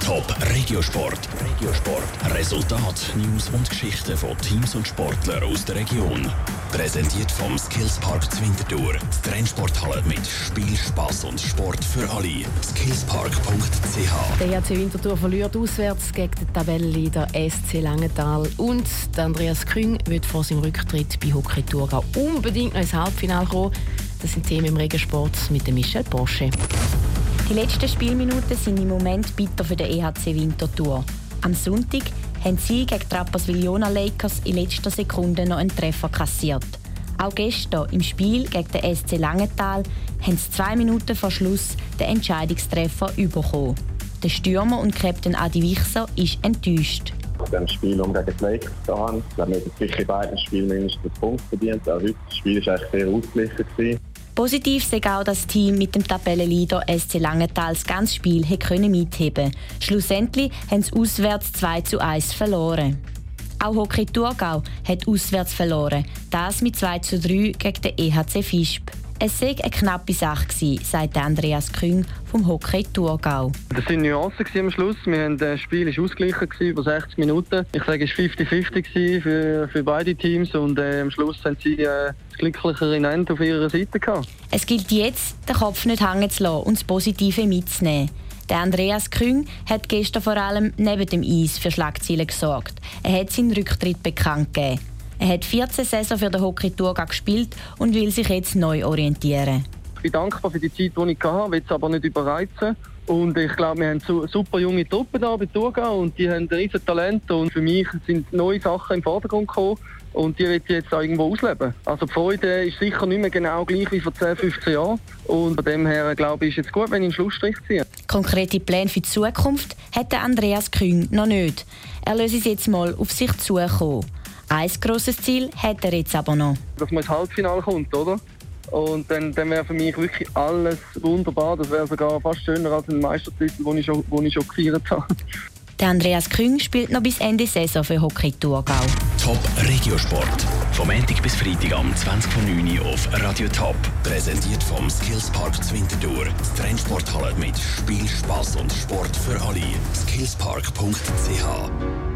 Top Regiosport. Resultat, News und Geschichten von Teams und Sportlern aus der Region. Präsentiert vom Skillspark Zwintertour. Die Trennsporthalle mit Spiel, Spass und Sport für alle. Skillspark.ch. Der EHC Winterthur verliert auswärts gegen den Tabellenleader SC Langenthal. Und Andreas Küng wird vor seinem Rücktritt bei Hockey Thurgau unbedingt noch ins Halbfinale kommen. Das sind Themen im Regensport mit Michel Porsche. Die letzten Spielminuten sind im Moment bitter für den EHC Winterthur. Am Sonntag haben sie gegen die Rapperswil-Jona Lakers in letzter Sekunde noch einen Treffer kassiert. Auch gestern im Spiel gegen den SC Langenthal haben sie 2 Minuten vor Schluss den Entscheidungstreffer bekommen. Der Stürmer und Captain Adi Wichser ist enttäuscht. In diesem Spiel gegen die Lakers haben wir sicher in beiden Spielen mindestens Punkte verdient. Auch heute das Spiel war eigentlich sehr ausgeglichen. Positiv sei auch, dass das Team mit dem Tabellenleader SC Langenthal das ganze Spiel mitheben konnte. Schlussendlich haben sie auswärts 2:1 verloren. Auch Hockey Thurgau hat auswärts verloren, das mit 2:3 gegen den EHC Visp. Es sei eine knappe Sache gewesen, sagt Andreas Küng vom Hockey Thurgau. Das waren Nuancen am Schluss. Das Spiel war ausgeglichen über 60 Minuten. Ich sage, es war 50-50 für beide Teams und am Schluss haben sie das glücklichere Ende auf ihrer Seite gehabt. Es gilt jetzt, den Kopf nicht hängen zu lassen und das Positive mitzunehmen. Der Andreas Küng hat gestern vor allem neben dem Eis für Schlagzeilen gesorgt. Er hat seinen Rücktritt bekannt gegeben. Er hat 14 Saison für den Hockey Thurgau gespielt und will sich jetzt neu orientieren. Ich bin dankbar für die Zeit, die ich hatte, will es aber nicht überreizen. Und ich glaube, wir haben super junge Truppen hier bei Thurgau und die haben ein riesiges Talent. Und für mich sind neue Sachen im Vordergrund gekommen und die will ich jetzt auch irgendwo ausleben. Also die Freude ist sicher nicht mehr genau gleich wie vor 10, 15 Jahren. Und von dem her, glaube ich, ist es jetzt gut, wenn ich einen Schlussstrich ziehe. Konkrete Pläne für die Zukunft hat Andreas Küng noch nicht. Er lässt es jetzt mal auf sich zukommen. Ein grosses Ziel hat er jetzt aber noch. Dass man ins Halbfinale kommt, oder? Und dann wäre für mich wirklich alles wunderbar. Das wäre sogar fast schöner als ein Meistertitel, den ich schon gefeiert habe. Der Andreas Küng spielt noch bis Ende Saison für Hockey Thurgau. Top Regiosport. Vom Montag bis Freitag am 20:09 auf Radio Top. Präsentiert vom Skillspark Zwintertour. Die Trennsporthalle mit Spiel, Spass und Sport für alle. Skillspark.ch.